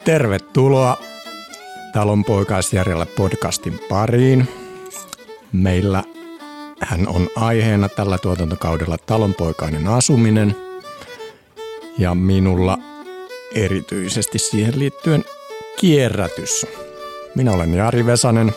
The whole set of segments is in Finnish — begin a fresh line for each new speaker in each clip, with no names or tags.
Tervetuloa Talonpoikaisjärjellä podcastin pariin. Meillä hän on aiheena tällä tuotantokaudella talonpoikainen asuminen ja minulla erityisesti siihen liittyen kierrätys. Minä olen Jari Vesanen,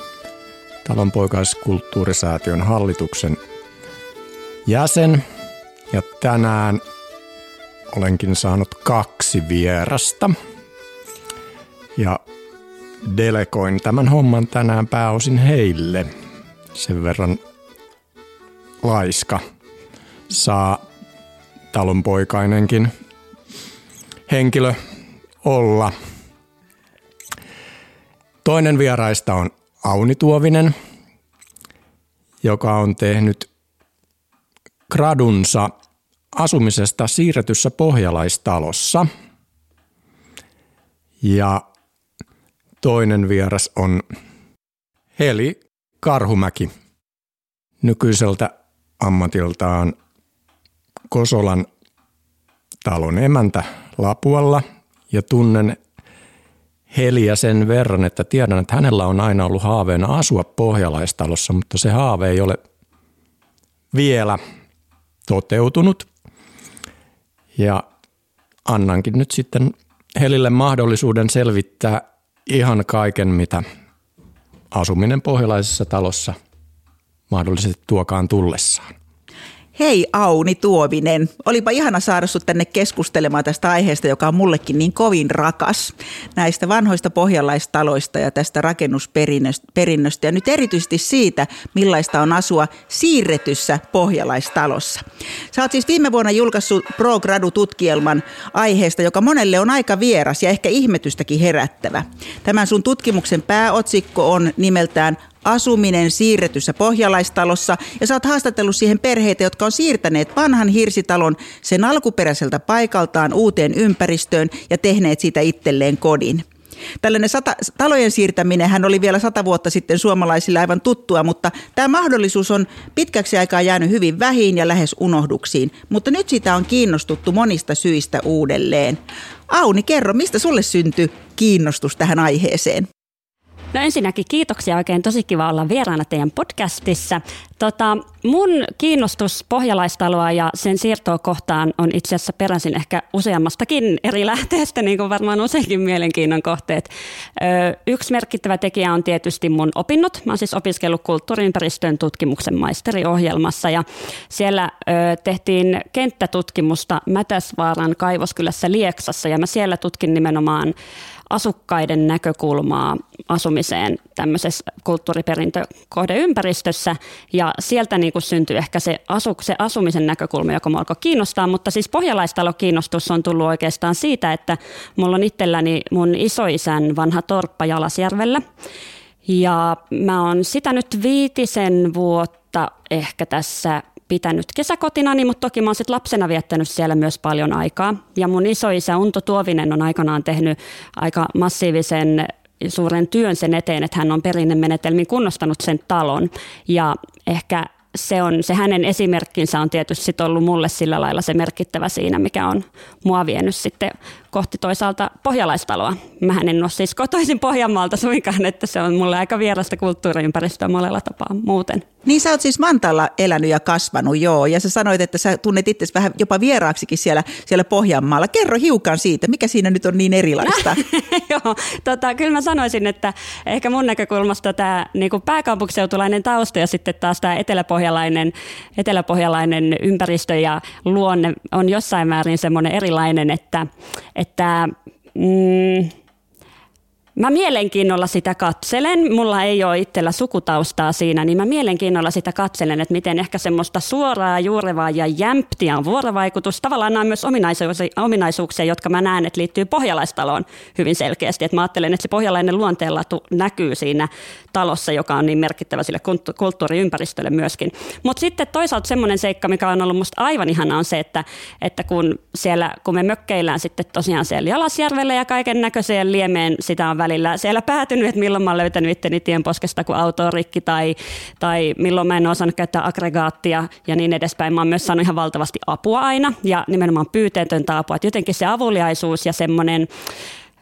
Talonpoikaiskulttuurisäätiön hallituksen jäsen ja tänään olenkin saanut 2 vierasta ja delegoin tämän homman tänään pääosin heille. Sen verran laiska saa talonpoikainenkin henkilö olla. Toinen vieraista on Auni Tuovinen, joka on tehnyt gradunsa asumisesta siirretyssä pohjalaistalossa. Ja toinen vieras on Heli Karhumäki, nykyiseltä ammatiltaan Kosolan talon emäntä Lapualla, ja tunnen Heliä sen verran, että tiedän, että hänellä on aina ollut haaveena asua pohjalaistalossa, mutta se haave ei ole vielä toteutunut. Ja annankin nyt sitten Helille mahdollisuuden selvittää ihan kaiken, mitä asuminen pohjalaisessa talossa mahdollisesti tuokaan tullessaan.
Hei Auni Tuovinen, olipa ihana saada sut tänne keskustelemaan tästä aiheesta, joka on mullekin niin kovin rakas. Näistä vanhoista pohjalaistaloista ja tästä rakennusperinnöstä ja nyt erityisesti siitä, millaista on asua siirretyssä pohjalaistalossa. Sä oot siis viime vuonna julkaissut Pro-gradu-tutkielman aiheesta, joka monelle on aika vieras ja ehkä ihmetystäkin herättävä. Tämän sun tutkimuksen pääotsikko on nimeltään Asuminen siirretyssä pohjalaistalossa, ja sä oot haastatellut siihen perheitä, jotka on siirtäneet vanhan hirsitalon sen alkuperäiseltä paikaltaan uuteen ympäristöön ja tehneet siitä itselleen kodin. Tällainen talojen siirtäminenhän oli vielä 100 vuotta sitten suomalaisille aivan tuttua, mutta tämä mahdollisuus on pitkäksi aikaa jäänyt hyvin vähiin ja lähes unohduksiin, mutta nyt sitä on kiinnostuttu monista syistä uudelleen. Auni, kerro, mistä sulle syntyi kiinnostus tähän aiheeseen?
No ensinnäkin kiitoksia, oikein tosi kiva olla vieraana teidän podcastissa. Mun kiinnostus pohjalaistaloa ja sen siirtoa kohtaan on itse asiassa peräisin ehkä useammastakin eri lähteestä, niin kuin varmaan useinkin mielenkiinnon kohteet. Yksi merkittävä tekijä on tietysti mun opinnot. Mä oon siis opiskellut kulttuuriympäristön tutkimuksen maisteriohjelmassa ja siellä tehtiin kenttätutkimusta Mätäsvaaran kaivoskylässä Lieksassa ja mä siellä tutkin nimenomaan asukkaiden näkökulmaa asumiseen tämmöisessä kulttuuriperintökohdeympäristössä ja sieltä niin kuin syntyi ehkä se asumisen näkökulma, joka mua alkoi kiinnostaa, mutta siis pohjalaistalo-kiinnostus on tullut oikeastaan siitä, että mulla on itselläni mun isoisän vanha torppa Jalasjärvellä ja mä oon sitä nyt 5 vuotta ehkä tässä pitänyt kesäkotinani, mutta toki mä oon sit lapsena viettänyt siellä myös paljon aikaa. Ja mun isoisä Unto Tuovinen on aikanaan tehnyt aika massiivisen suuren työn sen eteen, että hän on perinnemenetelmin kunnostanut sen talon. Ja ehkä se hänen esimerkkinsä on tietysti sit ollut mulle sillä lailla se merkittävä siinä, mikä on mua vienyt sitten kohti toisaalta pohjalaistaloa. Mähän en ole siis kotoisin Pohjanmaalta suinkaan, että se on mulle aika vierasta kulttuuriympäristöä monella tapaa muuten.
Niin sä oot siis Vantaalla elänyt ja kasvanut, joo, ja sä sanoit, että sä tunnet itsesi vähän jopa vieraaksikin siellä Pohjanmaalla. Kerro hiukan siitä, mikä siinä nyt on niin erilaista?
Joo, kyllä mä sanoisin, että ehkä mun näkökulmasta tämä niinku pääkaupunkiseutulainen tausta ja sitten taas tämä eteläpohjalainen ympäristö ja luonne on jossain määrin semmoinen erilainen, että mä mielenkiinnolla sitä katselen. Mulla ei ole itsellä sukutaustaa siinä, niin mä mielenkiinnolla sitä katselen, että miten ehkä semmoista suoraa, juurevaa ja jämptiä vuorovaikutus. Tavallaan nämä on myös ominaisuuksia, jotka mä näen, että liittyy pohjalaistaloon hyvin selkeästi. Että mä ajattelen, että se pohjalainen luonteenlaatu näkyy siinä talossa, joka on niin merkittävä sille kulttuuriympäristölle myöskin. Mutta sitten toisaalta semmoinen seikka, mikä on ollut musta aivan ihana, on se, että kun me mökkeillään sitten tosiaan siellä Jalasjärvellä ja kaiken näköiseen liemeen sitä on välillä siellä päätynyt, että milloin mä oon löytänyt itteni tienposkesta, kun auto on rikki tai milloin mä en osannut käyttää aggregaattia ja niin edespäin. Mä oon myös saanut ihan valtavasti apua aina ja nimenomaan pyyteetöntä apua. Että jotenkin se avuliaisuus ja semmoinen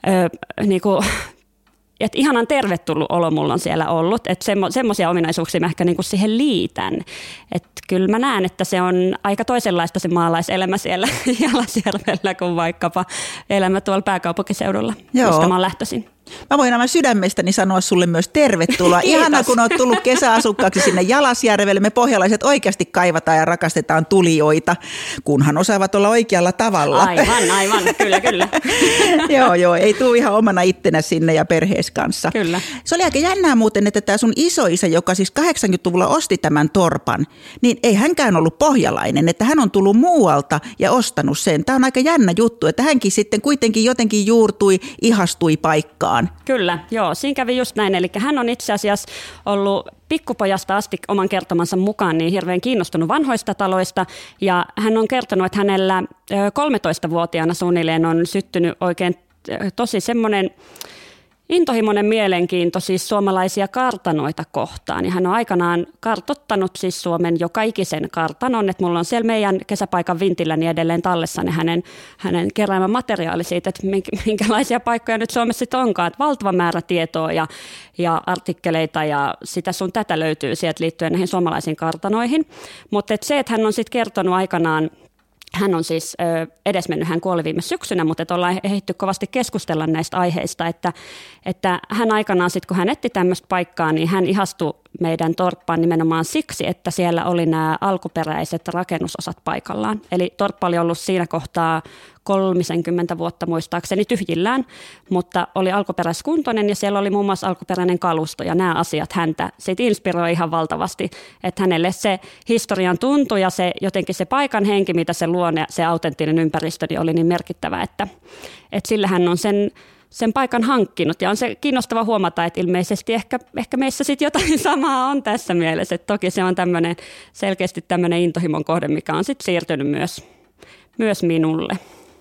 niinku, että ihanan tervetullut olo mulla on siellä ollut, että semmoisia ominaisuuksia mä ehkä niinku siihen liitän. Että kyllä mä näen, että se on aika toisenlaista se maalaiselämä siellä Jalasjärvellä kuin vaikkapa elämä tuolla pääkaupunkiseudulla, mistä mä oon lähtöisin.
Mä voin aivan sydämestäni sanoa sulle myös tervetuloa. Ihana, kun oot tullut kesäasukkaaksi sinne Jalasjärvelle. Me pohjalaiset oikeasti kaivataan ja rakastetaan tulijoita, kunhan osaavat olla oikealla tavalla.
Aivan, kyllä.
Joo, ei tule ihan omana ittenä sinne ja perhees kanssa.
Kyllä.
Se oli aika jännää muuten, että tämä sun isoisä, joka siis 80-luvulla osti tämän torpan, niin ei hänkään ollut pohjalainen, että hän on tullut muualta ja ostanut sen. Tämä on aika jännä juttu, että hänkin sitten kuitenkin jotenkin juurtui, ihastui paikkaan.
Kyllä, joo, siinä kävi just näin. Eli hän on itse asiassa ollut pikkupojasta asti oman kertomansa mukaan niin hirveän kiinnostunut vanhoista taloista. Ja hän on kertonut, että hänellä 13-vuotiaana suunnilleen on syttynyt oikein tosi semmoinen intohimoinen mielenkiinto siis suomalaisia kartanoita kohtaan. Ja hän on aikanaan kartottanut siis Suomen joka ikisen kartanon, että mulla on siellä meidän kesäpaikan vintillä niin edelleen tallessa ne hänen keräämä materiaali siitä, että minkälaisia paikkoja nyt Suomessa sitten onkaan. Että valtava määrä tietoa ja artikkeleita ja sitä sun tätä löytyy sieltä liittyen näihin suomalaisiin kartanoihin. Mutta se, että hän on sitten kertonut aikanaan, hän on siis edesmennyt, hän kuoli viime syksynä, mutta ollaan ehditty kovasti keskustella näistä aiheista, että hän aikanaan sitten, kun hän etti tämmöistä paikkaa, niin hän ihastui meidän torppaan nimenomaan siksi, että siellä oli nämä alkuperäiset rakennusosat paikallaan. Eli torppa oli ollut siinä kohtaa 30 vuotta muistaakseni tyhjillään, mutta oli alkuperäiskuntoinen ja siellä oli muun muassa alkuperäinen kalusto ja nämä asiat häntä siitä inspiroi ihan valtavasti, että hänelle se historian tuntu ja se jotenkin se paikan henki, mitä se luonne, se autenttinen ympäristö niin oli niin merkittävä, että sillä hän on sen paikan hankkinut ja on se kiinnostava huomata, että ilmeisesti ehkä meissä sitten jotain samaa on tässä mielessä, että toki se on selkeästi tämmöinen intohimon kohde, mikä on sitten siirtynyt myös minulle.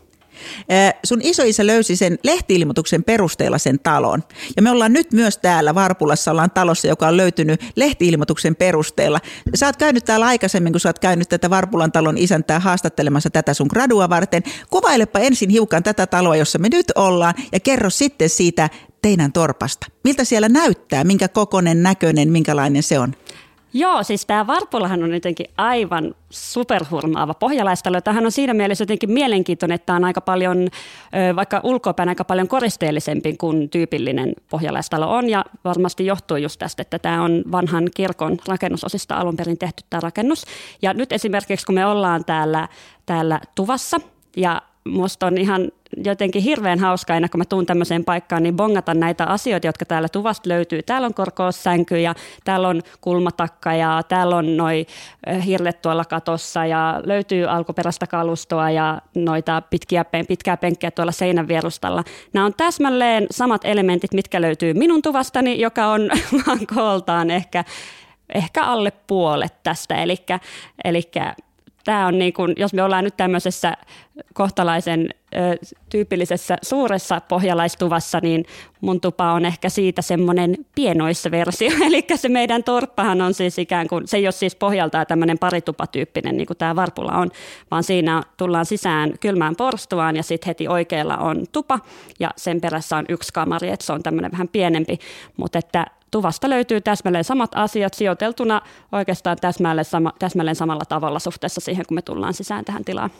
Sun isoisä löysi sen lehti-ilmoituksen perusteella sen talon. Ja me ollaan nyt myös täällä Varpulassa, ollaan talossa, joka on löytynyt lehti-ilmoituksen perusteella. Sä oot käynyt täällä aikaisemmin, kun sä oot käynyt tätä Varpulan talon isäntää haastattelemassa tätä sun gradua varten. Kuvailepa ensin hiukan tätä taloa, jossa me nyt ollaan, ja kerro sitten siitä teidän torpasta. Miltä siellä näyttää, minkä kokoinen, näköinen, minkälainen se on?
Joo, siis tämä Varpulahan on jotenkin aivan superhurmaava pohjalaistalo. Tämähän on siinä mielessä jotenkin mielenkiintoinen, että tämä on aika paljon, vaikka ulkopäin aika paljon koristeellisempi kuin tyypillinen pohjalaistalo on. Ja varmasti johtuu just tästä, että tämä on vanhan kirkon rakennusosista alun perin tehty tämä rakennus. Ja nyt esimerkiksi kun me ollaan täällä tuvassa ja musta on ihan jotenkin hirveän hauska aina, kun mä tuun tämmöiseen paikkaan, niin bongata näitä asioita, jotka täällä tuvasta löytyy. Täällä on korkoossänky ja täällä on kulmatakka ja täällä on noi hirret tuolla katossa ja löytyy alkuperäistä kalustoa ja noita pitkää penkkejä tuolla seinän vierustalla. Nämä on täsmälleen samat elementit, mitkä löytyy minun tuvastani, joka on vaan kooltaan ehkä alle puolet tästä. Elikkä tämä on niin kuin, jos me ollaan nyt tämmöisessä kohtalaisen tyypillisessä suuressa pohjalaistuvassa, niin mun tupa on ehkä siitä semmoinen pienoissa versio. Eli se meidän torppahan on siis ikään kuin, se ei ole siis pohjaltaan tämmöinen paritupatyyppinen niin kuin tämä Varpula on, vaan siinä tullaan sisään kylmään porstuaan ja sitten heti oikealla on tupa ja sen perässä on yksi kamari, että se on tämmöinen vähän pienempi, mutta että tuvasta löytyy täsmälleen samat asiat sijoiteltuna oikeastaan täsmälleen samalla tavalla suhteessa siihen, kun me tullaan sisään tähän tilaan.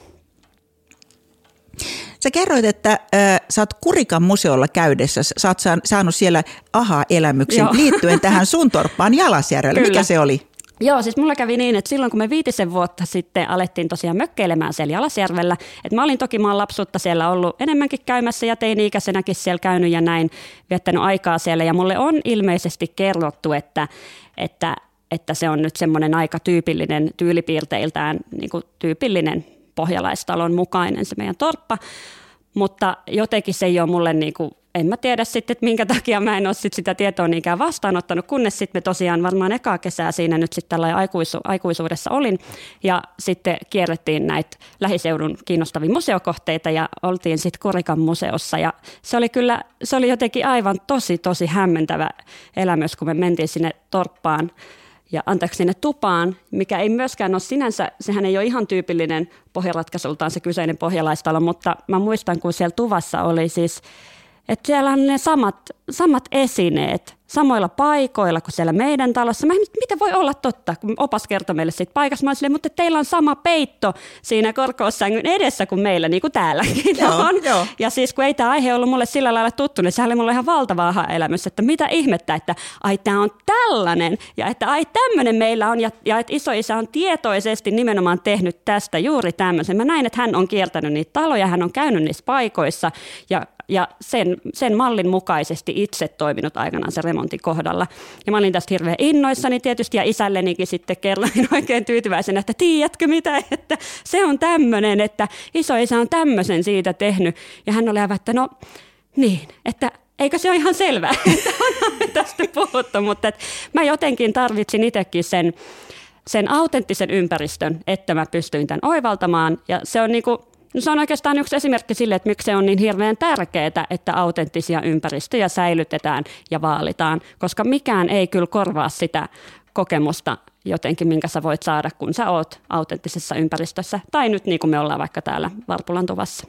Sä kerroit, että sä oot Kurikan museolla käydessä, sä oot saanut siellä aha-elämyksen liittyen tähän sun torppaan Jalasjärvellä. Mikä se oli?
Joo, siis mulla kävi niin, että silloin kun me 5 vuotta sitten alettiin tosiaan mökkeilemään siellä Jalasjärvellä, että mä olin toki maan lapsuutta siellä ollut enemmänkin käymässä ja teini-ikäisenäkin siellä käynyt ja näin viettänyt aikaa siellä ja mulle on ilmeisesti kerrottu, että se on nyt semmoinen aika tyypillinen tyylipiirteiltään niin kuin tyypillinen pohjalaistalon mukainen se meidän torppa, mutta jotenkin se ei ole mulle niin kuin, en mä tiedä sitten, että minkä takia mä en ole sitä tietoa niinkään vastaanottanut, kunnes sitten me tosiaan varmaan ekaa kesää siinä nyt sitten tällä aikuisuudessa olin ja sitten kierrettiin näitä lähiseudun kiinnostavia museokohteita ja oltiin sitten Kurikan museossa ja se oli jotenkin aivan tosi hämmentävä elämys, kun me mentiin sinne torppaan ja sinne tupaan, mikä ei myöskään ole sinänsä, sehän ei ole ihan tyypillinen pohjaratkaisuiltaan se kyseinen pohjalaistalo, mutta mä muistan, kun siellä tuvassa oli siis Että siellä on ne samat esineet samoilla paikoilla kuin siellä meidän talossa. Miten voi olla totta, kun opas kertoi meille siitä paikassa. Mä olin silleen, mutta teillä on sama peitto siinä korkeussängyn edessä kuin meillä, niin kuin täälläkin on. Joo. Ja siis kun ei tämä aihe ollut mulle sillä lailla tuttu, niin se oli mulle ihan valtava aha-elämys, että mitä ihmettä, että ai tämä on tällainen ja että ai tämmöinen meillä on ja että isoisä on tietoisesti nimenomaan tehnyt tästä juuri tämmöisen. Mä näin, että hän on kiertänyt niitä taloja, hän on käynyt niissä paikoissa ja sen mallin mukaisesti itse toiminut aikanaan se remontin kohdalla. Ja mä olin tästä hirveän innoissani tietysti ja isällenikin sitten kerroin oikein tyytyväisenä, että tiedätkö mitä, että se on tämmöinen, että isoisä on tämmöisen siitä tehnyt. Ja hän oli aivan, että no niin, että eikö se ole ihan selvää, että on tästä puhuttu, mutta että mä jotenkin tarvitsin itsekin sen autenttisen ympäristön, että mä pystyin tämän oivaltamaan ja se on niinku se on oikeastaan yksi esimerkki sille, että miksi se on niin hirveän tärkeää, että autenttisia ympäristöjä säilytetään ja vaalitaan, koska mikään ei kyllä korvaa sitä kokemusta jotenkin, minkä sä voit saada, kun sä oot autenttisessa ympäristössä. Tai nyt niin kuin me ollaan vaikka täällä Varpulan tuvassa.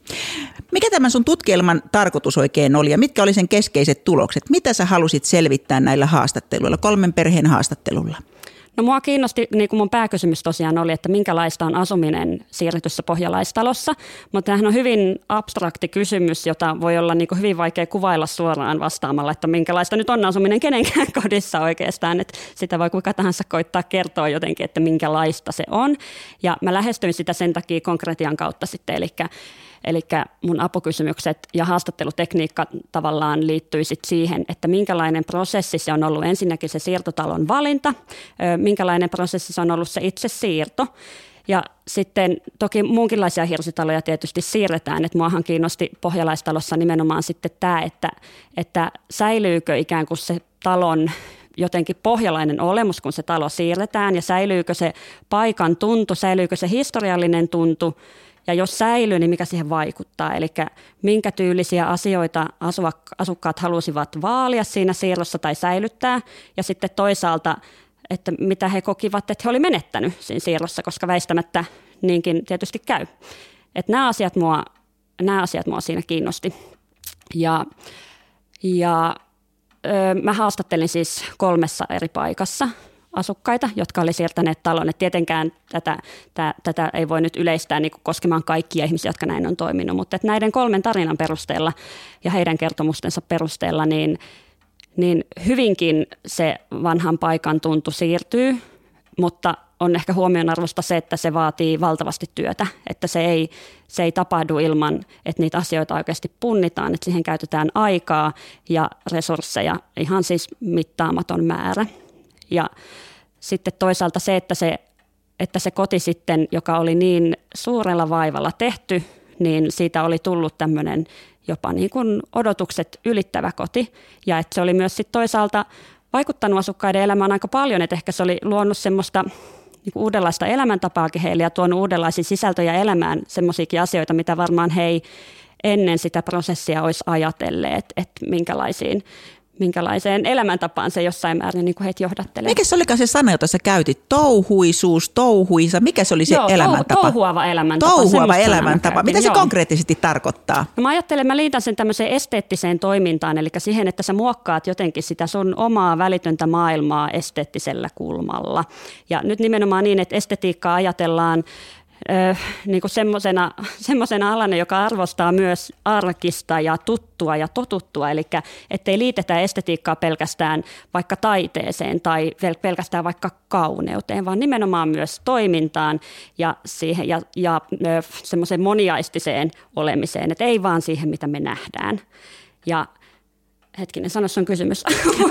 Mikä tämän sun tutkielman tarkoitus oikein oli ja mitkä oli sen keskeiset tulokset? Mitä sä halusit selvittää näillä haastatteluilla, 3 perheen haastattelulla?
No mua kiinnosti, niin kuin mun pääkysymys tosiaan oli, että minkälaista on asuminen siirretyssä pohjalaistalossa, mutta tämähän on hyvin abstrakti kysymys, jota voi olla niin kuin hyvin vaikea kuvailla suoraan vastaamalla, että minkälaista nyt on asuminen kenenkään kodissa oikeastaan, että sitä voi kuka tahansa koittaa kertoa jotenkin, että minkälaista se on ja mä lähestyin sitä sen takia konkretian kautta sitten, Eli mun apukysymykset ja haastattelutekniikka tavallaan liittyy sit siihen, että minkälainen prosessi se on ollut ensinnäkin se siirtotalon valinta, minkälainen prosessi se on ollut se itse siirto. Ja sitten toki muunkinlaisia hirsitaloja tietysti siirretään, että muahan kiinnosti pohjalaistalossa nimenomaan sitten tämä, että säilyykö ikään kuin se talon jotenkin pohjalainen olemus, kun se talo siirretään ja säilyykö se paikan tuntu, säilyykö se historiallinen tuntu. Ja jos säilyy, niin mikä siihen vaikuttaa? Eli minkä tyylisiä asioita asukkaat halusivat vaalia siinä siirrossa tai säilyttää. Ja sitten toisaalta, että mitä he kokivat, että he oli menettänyt siinä siirrossa, koska väistämättä niinkin tietysti käy. Että nämä asiat mua siinä kiinnosti. Ja mä haastattelin siis 3 eri paikassa asukkaita, jotka oli siirtäneet talon. Et tietenkään tätä ei voi nyt yleistää niin koskemaan kaikkia ihmisiä, jotka näin on toiminut, mutta että näiden 3 tarinan perusteella ja heidän kertomustensa perusteella niin hyvinkin se vanhan paikan tuntu siirtyy, mutta on ehkä huomionarvoista se, että se vaatii valtavasti työtä, että se ei tapahdu ilman, että niitä asioita oikeasti punnitaan, että siihen käytetään aikaa ja resursseja, ihan siis mittaamaton määrä. Ja sitten toisaalta se, että se koti sitten, joka oli niin suurella vaivalla tehty, niin siitä oli tullut tämmöinen jopa niin kuin odotukset ylittävä koti. Ja että se oli myös sitten toisaalta vaikuttanut asukkaiden elämään aika paljon, että ehkä se oli luonut semmoista niin kuin uudenlaista elämäntapaakin heille ja tuonut uudenlaisia sisältöjä elämään, semmoisiakin asioita, mitä varmaan he ei ennen sitä prosessia olisi ajatelleet, että minkälaiseen elämäntapaan se jossain määrin niin kuin heitä johdattelee.
Mikä se olikaan se sana, jota sä käytit? Touhuisuus, touhuisa. Mikä se oli se elämäntapa?
Touhuava elämäntapa.
Touhuava elämäntapa. Mitä se konkreettisesti tarkoittaa?
No mä ajattelen, mä liitän sen tämmöiseen esteettiseen toimintaan, eli siihen, että sä muokkaat jotenkin sitä sun omaa välitöntä maailmaa esteettisellä kulmalla. Ja nyt nimenomaan niin, että estetiikkaa ajatellaan niin kuin semmoisena alana, joka arvostaa myös arkista ja tuttua ja totuttua, eli ettei liitetä estetiikkaa pelkästään vaikka taiteeseen tai pelkästään vaikka kauneuteen, vaan nimenomaan myös toimintaan ja siihen ja semmoiseen moniaistiseen olemiseen, että ei vaan siihen, mitä me nähdään. Ja hetkinen, sano sun kysymys.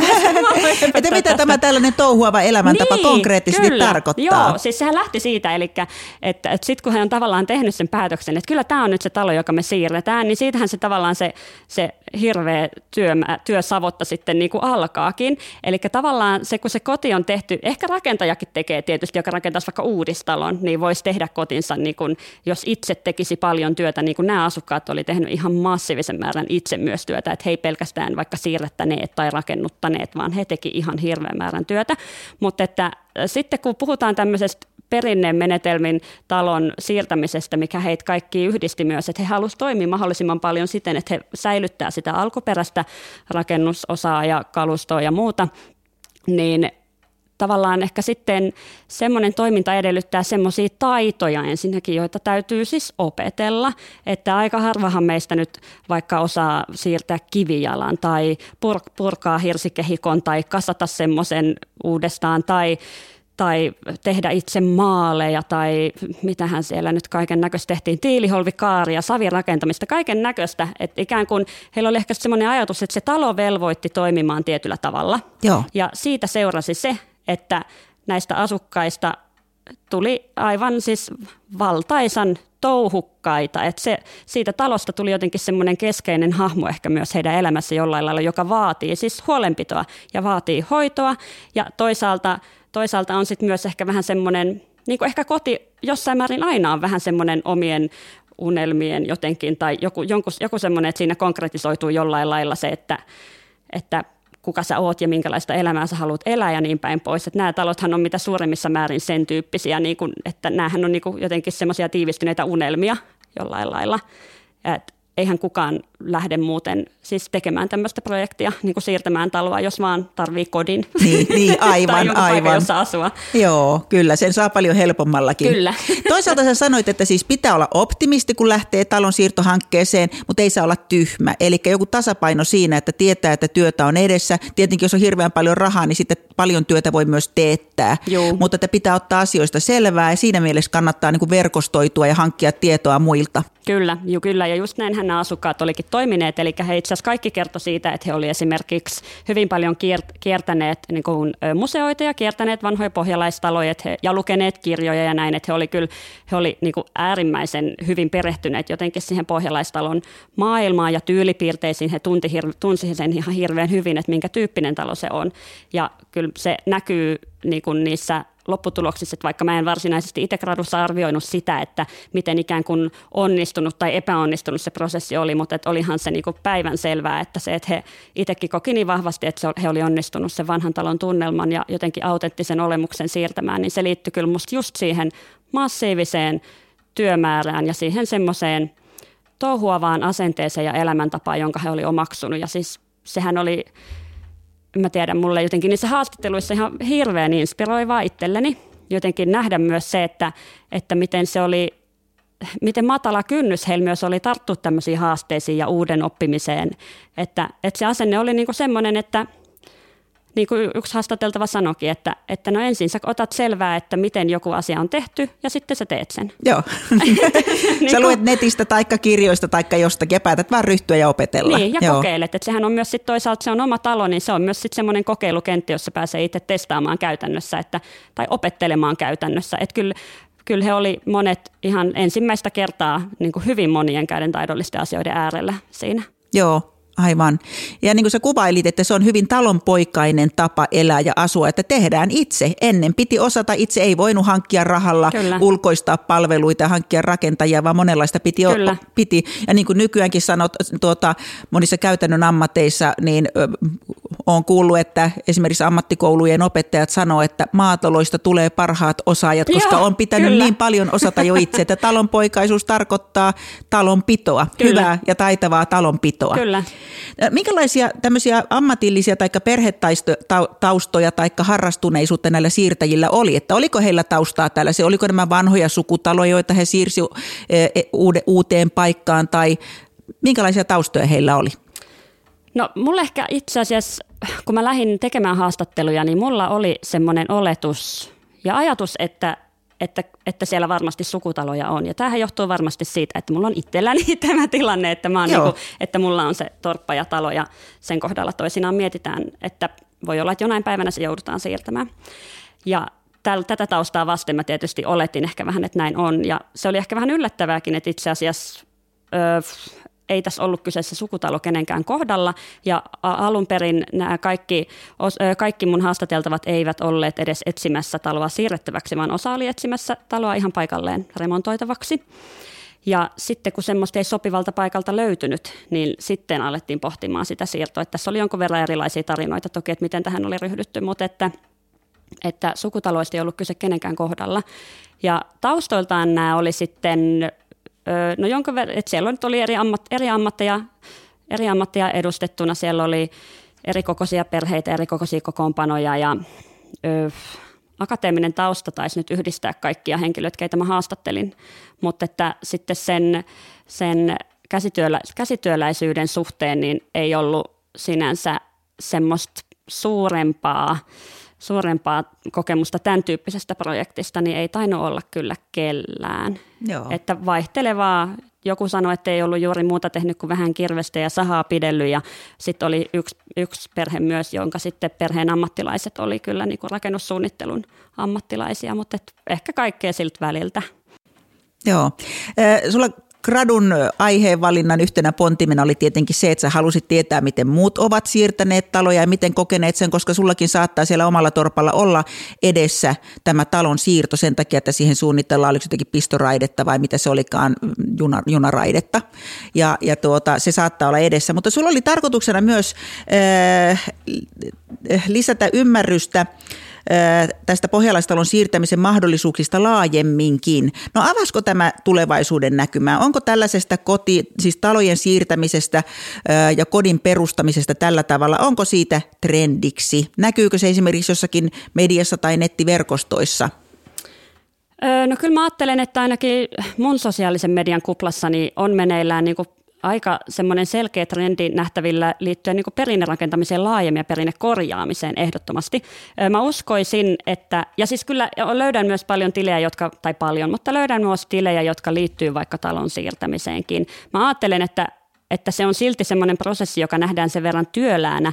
Että mitä tämä tällainen touhuava elämäntapa konkreettisesti tarkoittaa?
Joo, siis sehän lähti siitä, eli että sitten kun he on tavallaan tehnyt sen päätöksen, että kyllä tämä on nyt se talo, joka me siirretään, niin siitähän se tavallaan se hirveä työsavotta sitten niin kuin alkaakin. Eli tavallaan se, kun se koti on tehty, ehkä rakentajakin tekee tietysti, joka rakentaisi vaikka uudistalon, niin voisi tehdä kotinsa, niin kuin, jos itse tekisi paljon työtä, niin kuin nämä asukkaat oli tehnyt ihan massiivisen määrän itse myös työtä, että he ei pelkästään vaikka vaikka siirrettäneet tai rakennuttaneet, vaan he teki ihan hirveän määrän työtä. Mutta että sitten kun puhutaan tämmöisestä perinnemenetelmin talon siirtämisestä, mikä heitä kaikki yhdisti myös, että he halusivat toimia mahdollisimman paljon siten, että he säilyttää sitä alkuperäistä rakennusosaa ja kalustoa ja muuta, niin tavallaan ehkä sitten semmoinen toiminta edellyttää semmoisia taitoja ensinnäkin, joita täytyy siis opetella, että aika harvahan meistä nyt vaikka osaa siirtää kivijalan tai purkaa hirsikehikon tai kasata semmoisen uudestaan tai tehdä itse maaleja tai mitähän siellä nyt kaiken näköistä tehtiin, tiiliholvikaaria, savirakentamista, kaiken näköistä. Että ikään kuin heillä oli ehkä semmoinen ajatus, että se talo velvoitti toimimaan tietyllä tavalla.
Joo.
Ja siitä seurasi se, että näistä asukkaista tuli aivan siis valtaisan touhukkaita, että siitä talosta tuli jotenkin semmoinen keskeinen hahmo ehkä myös heidän elämässä jollain lailla, joka vaatii siis huolenpitoa ja vaatii hoitoa ja toisaalta on sitten myös ehkä vähän semmoinen, niin kuin ehkä koti jossain määrin aina on vähän semmoinen omien unelmien jotenkin tai joku semmoinen, että siinä konkretisoituu jollain lailla se, että kuka sä oot ja minkälaista elämää sä haluat elää ja niin päin pois. Että nämä talothan on mitä suurimmissa määrin sen tyyppisiä, niin kuin, että näähän on niin kuin jotenkin semmoisia tiivistyneitä unelmia jollain lailla. Et eihän kukaan lähde muuten siis tekemään tämmöistä projektia, niin kuin siirtämään taloa, jos vaan tarvii kodin.
Niin aivan.
Paikan, jossa asua.
Joo, kyllä, sen saa paljon helpommallakin.
Kyllä.
Toisaalta sä sanoit, että siis pitää olla optimisti, kun lähtee talon siirtohankkeeseen, mutta ei saa olla tyhmä. Eli joku tasapaino siinä, että tietää, että työtä on edessä. Tietenkin, jos on hirveän paljon rahaa, niin sitten paljon työtä voi myös teettää.
Joo.
Mutta että pitää ottaa asioista selvää ja siinä mielessä kannattaa niin kuin verkostoitua ja hankkia tietoa muilta.
Kyllä. Ja just näinhän nämä asukkaat olikin toimineet. Eli he itse asiassa kaikki kertoi siitä, että he olivat esimerkiksi hyvin paljon kiertäneet niin kuin museoita ja kiertäneet vanhoja pohjalaistaloja ja lukeneet kirjoja ja näin. Että he oli niin kuin äärimmäisen hyvin perehtyneet jotenkin siihen pohjalaistalon maailmaan ja tyylipiirteisiin. He tunsi sen ihan hirveän hyvin, että minkä tyyppinen talo se on. Ja kyllä se näkyy niin kuin niissä lopputuloksissa, että vaikka mä en varsinaisesti itse gradussa arvioinut sitä, että miten ikään kuin onnistunut tai epäonnistunut se prosessi oli, mutta että olihan se niin kuin päivän selvää, että se, että he itsekin koki niin vahvasti, että he oli onnistunut sen vanhan talon tunnelman ja jotenkin autenttisen olemuksen siirtämään, niin se liittyi kyllä musta just siihen massiiviseen työmäärään ja siihen semmoiseen touhuavaan asenteeseen ja elämäntapaan, jonka he oli omaksunut. Ja siis sehän oli, mä tiedän, mulle jotenkin niissä haastatteluissa ihan hirveän inspiroivaa itselleni jotenkin nähdä myös se, että miten se oli, miten matala kynnys heillä myös oli tarttua tämmöisiin haasteisiin ja uuden oppimiseen. Että se asenne oli niinku semmoinen, että niin kuin yksi haastateltava sanoikin, että no ensin sä otat selvää, että miten joku asia on tehty ja sitten sä teet sen.
Joo. Sä luet netistä taikka kirjoista taikka jostakin ja päätät vaan ryhtyä ja opetella.
Niin, ja kokeilet. Että sehän on myös sit toisaalta, se on oma talo, niin se on myös sit semmoinen kokeilukenttä, jossa pääsee itse testaamaan käytännössä tai opettelemaan käytännössä. Että kyllä he oli monet ihan ensimmäistä kertaa niin kuin hyvin monien käden taidollisten asioiden äärellä siinä.
Joo. Aivan. Ja niin kuin sä kuvailit, että se on hyvin talonpoikainen tapa elää ja asua, että tehdään itse. Ennen piti osata itse, ei voinut hankkia rahalla,
Kyllä.
ulkoistaa palveluita, hankkia rakentajia, vaan monenlaista piti. Ja niin kuin nykyäänkin sanot monissa käytännön ammateissa, niin olen kuullut, että esimerkiksi ammattikoulujen opettajat sanoo, että maataloista tulee parhaat osaajat, koska on pitänyt niin paljon osata jo itse, että talonpoikaisuus tarkoittaa talonpitoa, hyvää ja taitavaa talonpitoa.
Kyllä.
Minkälaisia tämmöisiä ammatillisia tai perhetaustoja tai harrastuneisuutta näillä siirtäjillä oli? Että oliko heillä taustaa tällaisia? Oliko nämä vanhoja sukutaloja, joita he siirsivät uuteen paikkaan tai minkälaisia taustoja heillä oli?
No mulla ehkä itse asiassa, kun mä lähdin tekemään haastatteluja, niin mulla oli semmoinen oletus ja ajatus, että siellä varmasti sukutaloja on. Ja tämähän johtuu varmasti siitä, että mulla on itselläni tämä tilanne, että, että mulla on se torppa ja talo ja sen kohdalla toisinaan mietitään, että voi olla, että jonain päivänä se joudutaan siirtämään. Ja tätä taustaa vasten mä tietysti oletin ehkä vähän, että näin on. Ja se oli ehkä vähän yllättävääkin, että itse asiassa ei tässä ollut kyseessä sukutalo kenenkään kohdalla, ja alun perin nämä kaikki mun haastateltavat eivät olleet edes etsimässä taloa siirrettäväksi, vaan osa oli etsimässä taloa ihan paikalleen remontoitavaksi. Ja sitten kun semmoista ei sopivalta paikalta löytynyt, niin sitten alettiin pohtimaan sitä siirtoa. Että tässä oli jonkun verran erilaisia tarinoita toki, että miten tähän oli ryhdytty, mutta että sukutaloista ei ollut kyse kenenkään kohdalla. Ja taustoiltaan nämä oli sitten, no jonkun verran, että siellä oli eri ammatteja edustettuna. Siellä oli erikokoisia perheitä, erikokoisia kokoonpanoja ja akateeminen tausta taisi nyt yhdistää kaikkia henkilöitä, keitä mä haastattelin, mutta että sitten sen käsityöläisyyden suhteen niin ei ollut sinänsä semmoista suurempaa kokemusta tämän tyyppisestä projektista, niin ei tainnut olla kyllä kellään.
Joo.
Että vaihtelevaa. Joku sanoi, että ei ollut juuri muuta tehnyt kuin vähän kirvestä ja sahaa pidellyt ja sitten oli yksi perhe myös, jonka sitten perheen ammattilaiset oli kyllä niin kuin rakennussuunnittelun ammattilaisia, mutta ehkä kaikkea siltä väliltä.
Joo. Sulla gradun aiheenvalinnan yhtenä pontimena oli tietenkin se, että sä halusit tietää, miten muut ovat siirtäneet taloja ja miten kokeneet sen, koska sullakin saattaa siellä omalla torpalla olla edessä tämä talon siirto sen takia, että siihen suunnitellaan, oliko jotenkin pistoraidetta vai mitä se olikaan, junaraidetta. Ja se saattaa olla edessä, mutta sulla oli tarkoituksena myös lisätä ymmärrystä tästä pohjalaistalon siirtämisen mahdollisuuksista laajemminkin. No avasko tämä tulevaisuuden näkymää? Onko tällaisesta siis talojen siirtämisestä ja kodin perustamisesta tällä tavalla, onko siitä trendiksi? Näkyykö se esimerkiksi jossakin mediassa tai nettiverkostoissa?
No kyllä mä ajattelen, että ainakin mun sosiaalisen median kuplassani on meneillään niin kuin aika semmoinen selkeä trendi nähtävillä liittyen niin kuin perinnerakentamiseen laajemmin ja perinnekorjaamiseen ehdottomasti. Mä uskoisin, että, ja siis kyllä löydän myös paljon tilejä, mutta löydän myös tilejä, jotka liittyy vaikka talon siirtämiseenkin. Mä ajattelen, että se on silti semmoinen prosessi, joka nähdään sen verran työläänä,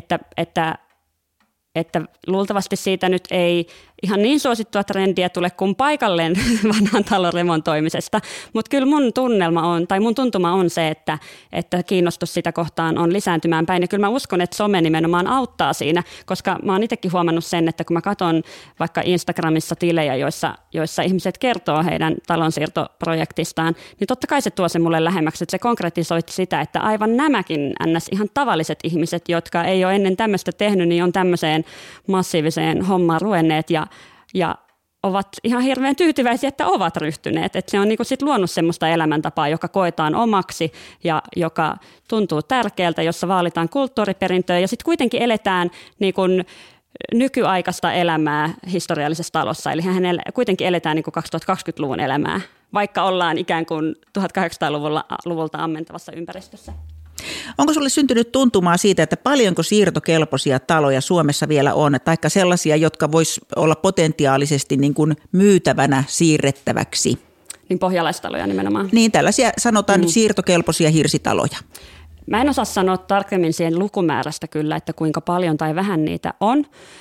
että luultavasti siitä nyt ei ihan niin suosittua trendiä tule kuin paikalleen vanhan talon remontoimisesta, mutta kyllä mun tuntuma on se, että kiinnostus sitä kohtaan on lisääntymään päin ja kyllä mä uskon, että some nimenomaan auttaa siinä, koska mä oon itsekin huomannut sen, että kun mä katson vaikka Instagramissa tilejä, joissa ihmiset kertoo heidän talonsiirtoprojektistaan, niin totta kai se tuo se mulle lähemmäksi, että se konkretisoi sitä, että aivan nämäkin ihan tavalliset ihmiset, jotka ei ole ennen tämmöistä tehnyt, niin on tämmöiseen massiiviseen hommaan ruvenneet ja ovat ihan hirveän tyytyväisiä, että ovat ryhtyneet. Että se on niinku sit luonut semmoista elämäntapaa, joka koetaan omaksi ja joka tuntuu tärkeältä, jossa vaalitaan kulttuuriperintöä ja sitten kuitenkin eletään niinku nykyaikaista elämää historiallisessa talossa. Eli kuitenkin eletään niinku 2020-luvun elämää, vaikka ollaan ikään kuin 1800-luvulta ammentavassa ympäristössä.
Onko sulle syntynyt tuntumaa siitä, että paljonko siirtokelpoisia taloja Suomessa vielä on, taikka sellaisia, jotka vois olla potentiaalisesti niin kuin myytävänä siirrettäväksi?
Niin pohjalaistaloja nimenomaan.
Niin, tällaisia sanotaan nyt siirtokelpoisia hirsitaloja.
Mä en osaa sanoa tarkemmin siihen lukumäärästä kyllä, että kuinka paljon tai vähän niitä on,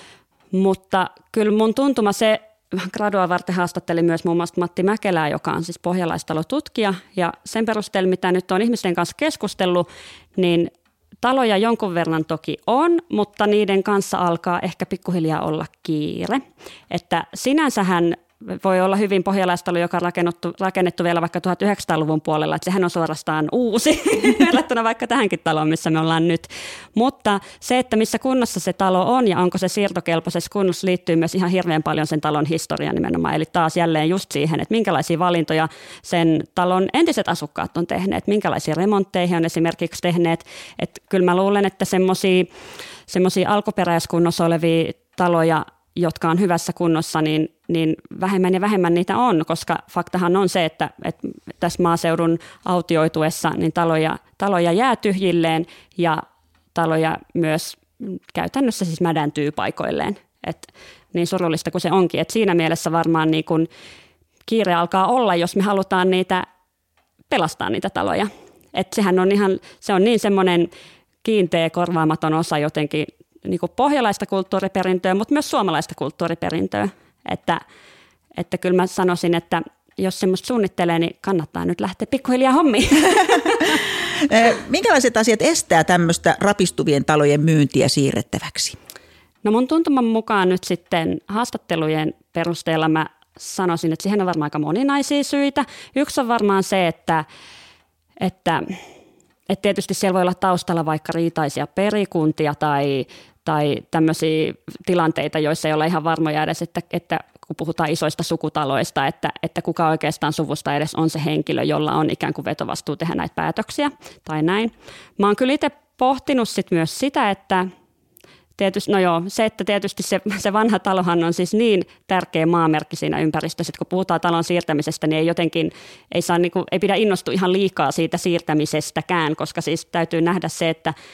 mutta kyllä mun tuntuma se, gradua varten haastattelin myös muun muassa Matti Mäkelää, joka on siis pohjalaistalotutkija, ja sen perusteella, mitä nyt on ihmisten kanssa keskustellut, niin taloja jonkun verran toki on, mutta niiden kanssa alkaa ehkä pikkuhiljaa olla kiire. Että sinänsähän voi olla hyvin pohjalaistalo, joka on rakennettu vielä vaikka 1900-luvun puolella, että sehän on suorastaan uusi verrattuna vaikka tähänkin taloon, missä me ollaan nyt. Mutta se, että missä kunnossa se talo on ja onko se siirtokelpoisessa kunnossa, liittyy myös ihan hirveän paljon sen talon historiaan nimenomaan. Eli taas jälleen just siihen, että minkälaisia valintoja sen talon entiset asukkaat on tehneet, minkälaisia remontteja he on esimerkiksi tehneet. Että kyllä mä luulen, että semmoisia alkuperäiskunnossa olevia taloja, jotka on hyvässä kunnossa, niin vähemmän ja vähemmän niitä on, koska faktahan on se, että tässä maaseudun autioituessa niin taloja jää tyhjilleen ja taloja myös käytännössä siis mädäntyy paikoilleen. Et niin surullista kuin se onkin. Et siinä mielessä varmaan niin kun kiire alkaa olla, jos me halutaan pelastaa niitä taloja. Et se on niin semmoinen kiinteä, korvaamaton osa jotenkin niin kuin pohjalaista kulttuuriperintöä, mutta myös suomalaista kulttuuriperintöä. Että kyllä mä sanoisin, että jos semmoista suunnittelee, niin kannattaa nyt lähteä pikkuhiljaa hommiin.
Minkälaiset asiat estää tämmöistä rapistuvien talojen myyntiä siirrettäväksi?
No mun tuntuman mukaan nyt sitten haastattelujen perusteella mä sanoisin, että siihen on varmaan aika moninaisia syitä. Yksi on varmaan se, että tietysti siellä voi olla taustalla vaikka riitaisia perikuntia tai tämmöisiä tilanteita, joissa ei olla ihan varmoja edes, että kun puhutaan isoista sukutaloista, että kuka oikeastaan suvusta edes on se henkilö, jolla on ikään kuin vetovastuu tehdä näitä päätöksiä tai näin. Mä oon kyllä itse pohtinut sit myös sitä, että tietysti, että tietysti se vanha talohan on siis niin tärkeä maamerkki siinä ympäristössä, että kun puhutaan talon siirtämisestä, niin ei pidä innostua ihan liikaa siitä siirtämisestäkään, koska siis täytyy nähdä se,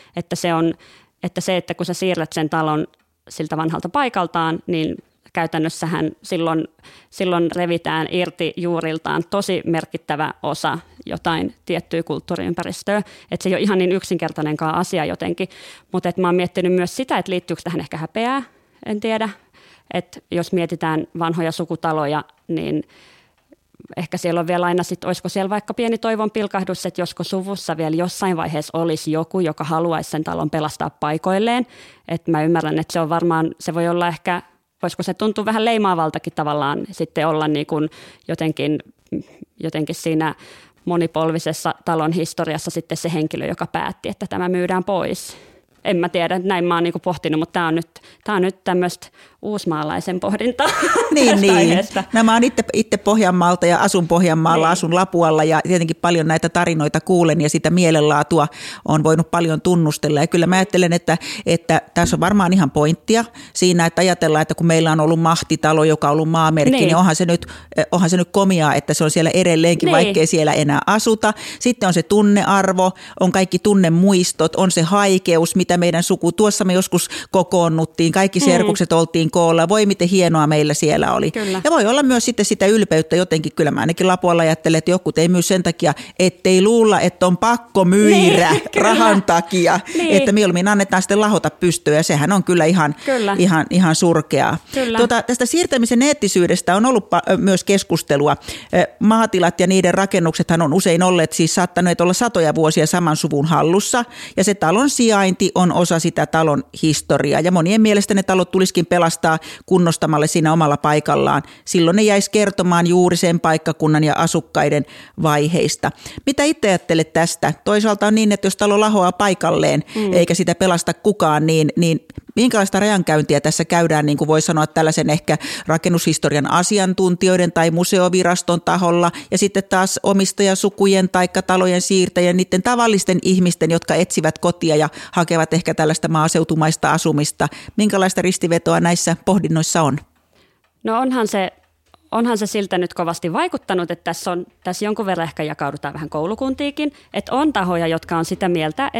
että kun sä siirrät sen talon siltä vanhalta paikaltaan, niin käytännössähän silloin revitään irti juuriltaan tosi merkittävä osa jotain tiettyä kulttuuriympäristöä. Että se ei ole ihan niin yksinkertainenkaan asia jotenkin. Mutta mä oon miettinyt myös sitä, että liittyykö tähän ehkä häpeää, en tiedä. Että jos mietitään vanhoja sukutaloja, niin ehkä siellä on vielä aina olisiko siellä vaikka pieni toivon pilkahdus, että josko suvussa vielä jossain vaiheessa olisi joku, joka haluaisi sen talon pelastaa paikoilleen. Että mä ymmärrän, että se voi olla ehkä, voisiko se tuntua vähän leimaavaltakin tavallaan sitten olla niin kuin jotenkin siinä monipolvisessa talon historiassa sitten se henkilö, joka päätti, että tämä myydään pois. En mä tiedä, näin mä oon niinku pohtinut, mutta tää on nyt tämmöistä uusmaalaisen pohdintaa
niin.
aiheesta.
No, mä oon itse Pohjanmaalta ja asun Pohjanmaalla, asun Lapualla ja tietenkin paljon näitä tarinoita kuulen ja sitä mielenlaatua on voinut paljon tunnustella. Ja kyllä mä ajattelen, että tässä on varmaan ihan pointtia siinä, että ajatellaan, että kun meillä on ollut mahtitalo, joka on ollut maamerkki, niin onhan se nyt komiaa, että se on siellä edelleenkin, vaikkei siellä enää asuta. Sitten on se tunnearvo, on kaikki tunnemuistot, on se haikeus, mitä meidän suku, tuossa me joskus kokoonnuttiin, kaikki serkukset oltiin koolla, voi miten hienoa meillä siellä oli.
Kyllä.
Ja voi olla myös sitten sitä ylpeyttä jotenkin, kyllä mä ainakin Lapualla ajattelen, että joku ei myy sen takia, ettei luulla, että on pakko myydä rahan takia, että mieluummin annetaan sitten lahota pystyyn ja sehän on kyllä ihan surkeaa. Tästä siirtämisen eettisyydestä on ollut myös keskustelua. Maatilat ja niiden rakennuksethan on usein olleet siis saattaneet olla satoja vuosia saman suvun hallussa ja se talon sijainti on osa sitä talon historiaa ja monien mielestä ne talot tulisikin pelastaa kunnostamalle siinä omalla paikallaan. Silloin ne jäisi kertomaan juuri sen paikkakunnan ja asukkaiden vaiheista. Mitä itse ajattelet tästä? Toisaalta on niin, että jos talo lahoaa paikalleen eikä sitä pelasta kukaan, niin minkälaista rajankäyntiä tässä käydään, niin kuin voi sanoa tällaisen ehkä rakennushistorian asiantuntijoiden tai museoviraston taholla ja sitten taas omistajasukujen tai talojen siirtäjien, niiden tavallisten ihmisten, jotka etsivät kotia ja hakevat ehkä tällaista maaseutumaista asumista. Minkälaista ristivetoa näissä pohdinnoissa on?
No onhan se siltä nyt kovasti vaikuttanut, että tässä jonkun verran ehkä jakaudutaan vähän koulukuntiikin, että on tahoja, jotka on sitä mieltä,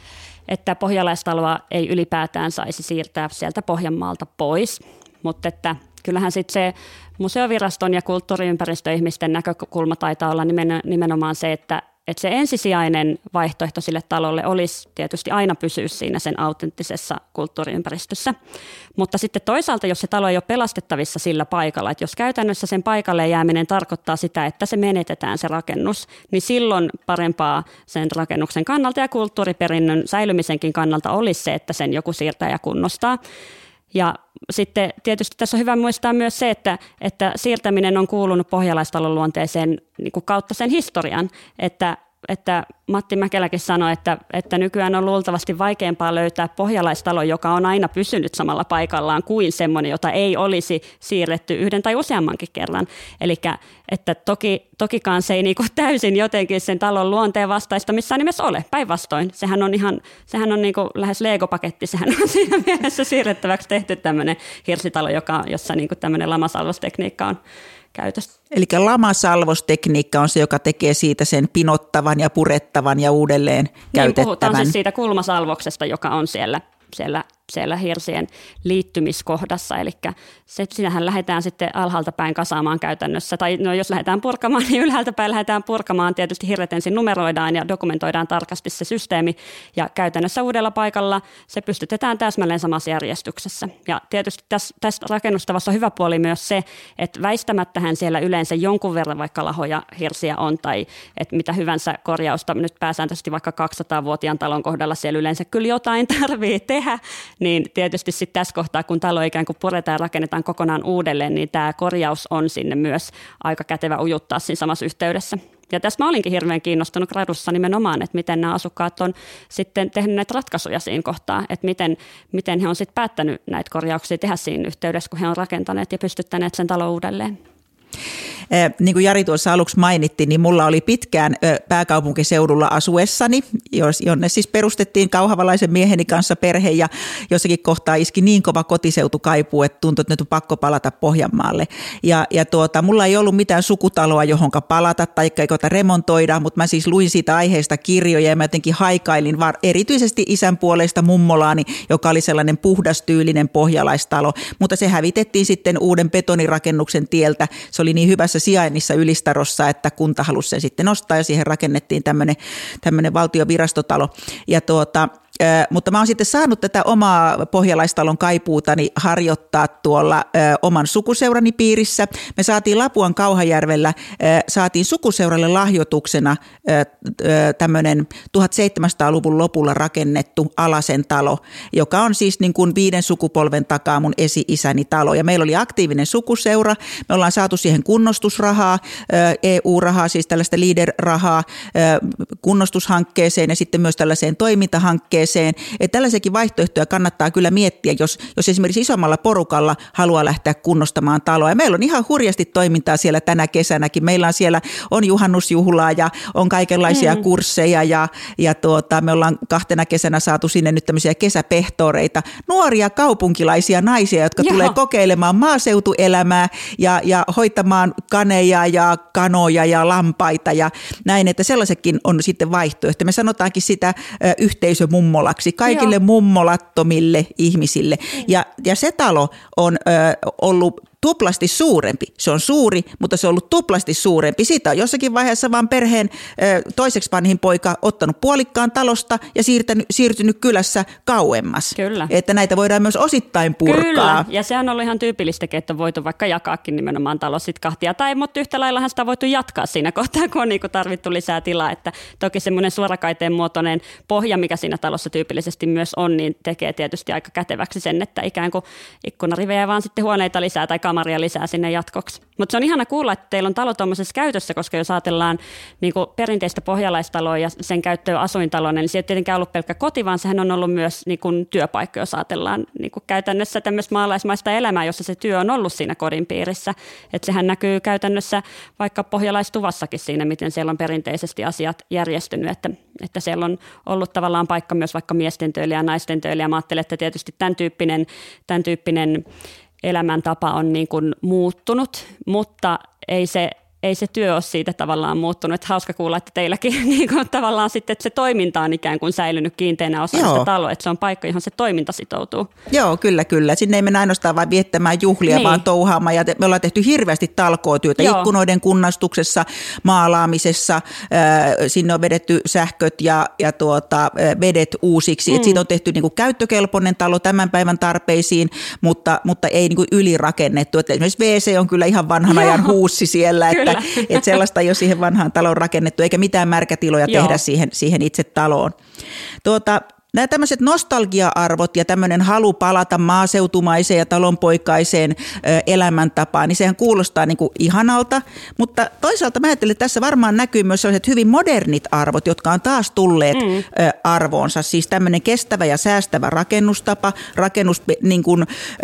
että pohjalaistaloa ei ylipäätään saisi siirtää sieltä Pohjanmaalta pois, mutta että kyllähän sitten se museoviraston ja kulttuuriympäristöihmisten näkökulma taitaa olla nimenomaan se, että se ensisijainen vaihtoehto sille talolle olisi tietysti aina pysyä siinä sen autenttisessa kulttuuriympäristössä. Mutta sitten toisaalta, jos se talo ei ole pelastettavissa sillä paikalla, että jos käytännössä sen paikalle jääminen tarkoittaa sitä, että se menetetään se rakennus, niin silloin parempaa sen rakennuksen kannalta ja kulttuuriperinnön säilymisenkin kannalta olisi se, että sen joku siirtää ja kunnostaa. Ja sitten tietysti tässä on hyvä muistaa myös se, että siirtäminen on kuulunut pohjalaistalon luonteeseen niin kuin kautta sen historian, että Matti Mäkeläkin sanoi, että nykyään on luultavasti vaikeampaa löytää pohjalaistalo, joka on aina pysynyt samalla paikallaan kuin semmoinen, jota ei olisi siirretty yhden tai useammankin kerran. Eli että tokikaan se ei niinku täysin jotenkin sen talon luonteen vastaista missään nimessä ole. Päinvastoin, sehän on niinku lähes Lego-paketti, sehän on siinä mielessä siirrettäväksi tehty tämmöinen hirsitalo, jossa niinku tämmöinen lamasalvostekniikka on käytössä.
Eli lamasalvostekniikka on se, joka tekee siitä sen pinottavan ja purettavan ja uudelleen käytettävän.
Niin, puhutaan siis siitä kulmasalvoksesta, joka on siellä hirsien liittymiskohdassa, eli sinähän lähdetään sitten alhaalta päin kasaamaan käytännössä, tai no jos lähdetään purkamaan, niin ylhäältä päin lähdetään purkamaan, tietysti hirret ensin numeroidaan ja dokumentoidaan tarkasti se systeemi, ja käytännössä uudella paikalla se pystytetään täsmälleen samassa järjestyksessä. Ja tietysti tässä rakennustavassa on hyvä puoli myös se, että väistämättähän siellä yleensä jonkun verran vaikka lahoja hirsiä on, tai että mitä hyvänsä korjausta, nyt pääsääntöisesti vaikka 200-vuotiaan talon kohdalla siellä yleensä kyllä jotain tarvitsee tehdä, niin tietysti sitten tässä kohtaa, kun talo ikään kuin puretaan ja rakennetaan kokonaan uudelleen, niin tämä korjaus on sinne myös aika kätevä ujuttaa siinä samassa yhteydessä. Ja tässä mä olinkin hirveän kiinnostunut gradussa nimenomaan, että miten nämä asukkaat on sitten tehnyt näitä ratkaisuja siinä kohtaa, että miten he on sitten päättänyt näitä korjauksia tehdä siinä yhteydessä, kun he on rakentaneet ja pystyttäneet sen talon uudelleen.
Niin kuin Jari tuossa aluksi mainitti, niin mulla oli pitkään pääkaupunkiseudulla asuessani, jonne siis perustettiin kauhavalaisen mieheni kanssa perhe ja jossakin kohtaa iski niin kova kotiseutukaipuu, että tuntui, että nyt on pakko palata Pohjanmaalle. Ja mulla ei ollut mitään sukutaloa, johonka palata tai jota remontoida, mutta mä siis luin siitä aiheesta kirjoja ja mä jotenkin haikailin erityisesti isän puolesta mummolaani, joka oli sellainen puhdastyylinen pohjalaistalo, mutta se hävitettiin sitten uuden betonirakennuksen tieltä. Se oli niin hyvässä sijainnissa Ylistarossa, että kunta halusi sen sitten nostaa ja siihen rakennettiin tämmöinen valtiovirastotalo. Ja mutta mä oon sitten saanut tätä omaa pohjalaistalon kaipuutani harjoittaa tuolla oman sukuseurani piirissä. Me saatiin Lapuan Kauhajärvellä, saatiin sukuseuralle lahjoituksena tämmöinen 1700-luvun lopulla rakennettu Alasen talo, joka on siis niin kuin 5 sukupolven takaa mun esi-isäni talo. Ja meillä oli aktiivinen sukuseura, me ollaan saatu siihen kunnostusrahaa, EU-rahaa, siis tällaista LEADER-rahaa kunnostushankkeeseen ja sitten myös tällaiseen toimintahankkeeseen. Että tällaisiakin vaihtoehtoja kannattaa kyllä miettiä, jos esimerkiksi isommalla porukalla haluaa lähteä kunnostamaan taloa. Ja meillä on ihan hurjasti toimintaa siellä tänä kesänäkin. Meillä on siellä juhannusjuhlaa ja on kaikenlaisia kursseja ja me ollaan 2 kesänä saatu sinne nyt tämmöisiä kesäpehtooreita. Nuoria kaupunkilaisia naisia, jotka tulee kokeilemaan maaseutuelämää ja hoitamaan kaneja ja kanoja ja lampaita ja näin, että sellaisetkin on sitten vaihtoehto. Me sanotaankin sitä yhteisömummolaksi kaikille mummolattomille ihmisille. Ja se talo on ollut tuplasti suurempi. Se on suuri, mutta se on ollut tuplasti suurempi. Siitä on jossakin vaiheessa vaan perheen toiseksi vanhin poika ottanut puolikkaan talosta ja siirtynyt kylässä kauemmas.
Kyllä.
Että näitä voidaan myös osittain purkaa.
Kyllä, ja se on ollut ihan tyypillistäkin, että on voitu vaikka jakaakin nimenomaan talo sit kahtia. Mutta yhtä laillahan sitä on voitu jatkaa siinä kohtaa, kun on niinku tarvittu lisää tilaa. Että toki semmoinen suorakaiteen muotoinen pohja, mikä siinä talossa tyypillisesti myös on, niin tekee tietysti aika käteväksi sen, että ikään kuin ikkunarivejä vaan sitten huoneita lisää tai kamaria lisää sinne jatkoksi. Mutta se on ihana kuulla, että teillä on talo tuommoisessa käytössä, koska jos ajatellaan niin kuin perinteistä pohjalaistaloa ja sen käyttöä asuintalona, niin se ei tietenkään ollut pelkkä koti, vaan sehän on ollut myös niin kuin työpaikka, jos ajatellaan niin kuin käytännössä tämmöistä maalaismaista elämää, jossa se työ on ollut siinä kodin piirissä. Että sehän näkyy käytännössä vaikka pohjalaistuvassakin siinä, miten siellä on perinteisesti asiat järjestynyt, että siellä on ollut tavallaan paikka myös vaikka miesten töille ja naisten töille, ja mä ajattelen, että tietysti tämän tyyppinen elämäntapa on niin kuin muuttunut, mutta ei se työ ole siitä tavallaan muuttunut. Että hauska kuulla, että teilläkin niin kuin tavallaan sitten, että se toiminta on ikään kuin säilynyt kiinteänä osana sitä taloa, että se on paikka, johon se toiminta sitoutuu. Joo,
kyllä. Sinne ei mennä ainoastaan vain viettämään juhlia, vaan touhaamaan. Ja me ollaan tehty hirveästi talkootyötä ikkunoiden kunnostuksessa, maalaamisessa. Sinne on vedetty sähköt ja vedet uusiksi. Et siitä on tehty niin kuin käyttökelpoinen talo tämän päivän tarpeisiin, mutta ei niin kuin ylirakennettu. Et esimerkiksi WC on kyllä ihan vanhan ajan huussi siellä, että sellaista ei ole siihen vanhaan taloon rakennettu, eikä mitään märkätiloja tehdä siihen itse taloon. Nämä tämmöiset nostalgia-arvot ja tämmöinen halu palata maaseutumaiseen ja talonpoikaiseen elämäntapaan, niin sehän kuulostaa niin kuin ihanalta, mutta toisaalta mä ajattelen, että tässä varmaan näkyy myös sellaiset hyvin modernit arvot, jotka on taas tulleet arvoonsa. Siis tämmöinen kestävä ja säästävä rakennustapa, niin kuin,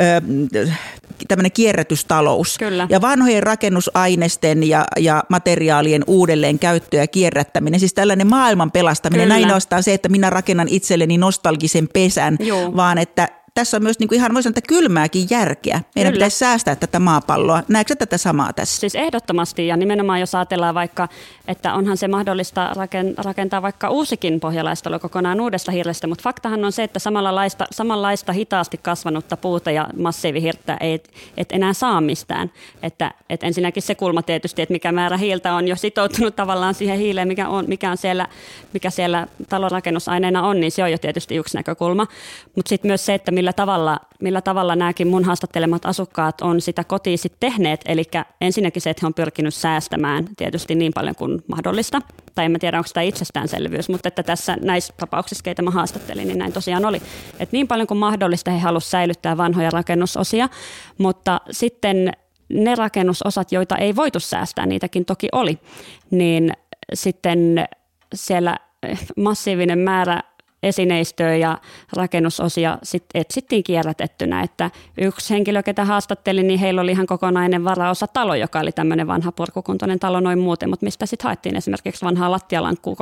tämmöinen kierrätystalous.
Kyllä.
Ja vanhojen rakennusainesten ja materiaalien uudelleen käyttö ja kierrättäminen, siis tällainen maailman pelastaminen. Näin nostaa se, että minä rakennan itselleni nostalgisen pesän, vaan että tässä on myös niin kuin ihan, voi sanoa, että kylmääkin järkeä. Meidän pitäisi säästää tätä maapalloa. Näetkö tätä samaa tässä?
Siis ehdottomasti, ja nimenomaan jos ajatellaan vaikka, että onhan se mahdollista rakentaa vaikka uusikin pohjalaistalo kokonaan uudesta hirrestä, mutta faktahan on se, että samanlaista hitaasti kasvanutta puuta ja massiivihirttä ei et enää saa mistään. Että ensinnäkin se kulma tietysti, että mikä määrä hiiltä on jo sitoutunut tavallaan siihen hiileen, mikä siellä talon rakennusaineena on, niin se on jo tietysti yksi näkökulma. Mutta sitten myös se, että millä millä tavalla nämäkin mun haastattelemat asukkaat on sitä kotia sitten tehneet. Eli ensinnäkin se, että he on pyrkinyt säästämään tietysti niin paljon kuin mahdollista. Tai en mä tiedä, onko sitä itsestäänselvyys, mutta että tässä näissä tapauksissa, keitä mä haastattelin, niin näin tosiaan oli. Että niin paljon kuin mahdollista he halusivat säilyttää vanhoja rakennusosia, mutta sitten ne rakennusosat, joita ei voitu säästää, niitäkin toki oli, niin sitten siellä massiivinen määrä esineistöä ja rakennusosia etsittiin kierrätettynä, että yksi henkilö, ketä haastattelin, niin heillä oli ihan kokonainen varaosatalo, joka oli tämmöinen vanha purkukuntoinen talo noin muuten, mutta mistä sitten haettiin esimerkiksi vanhaa lattialankkuu,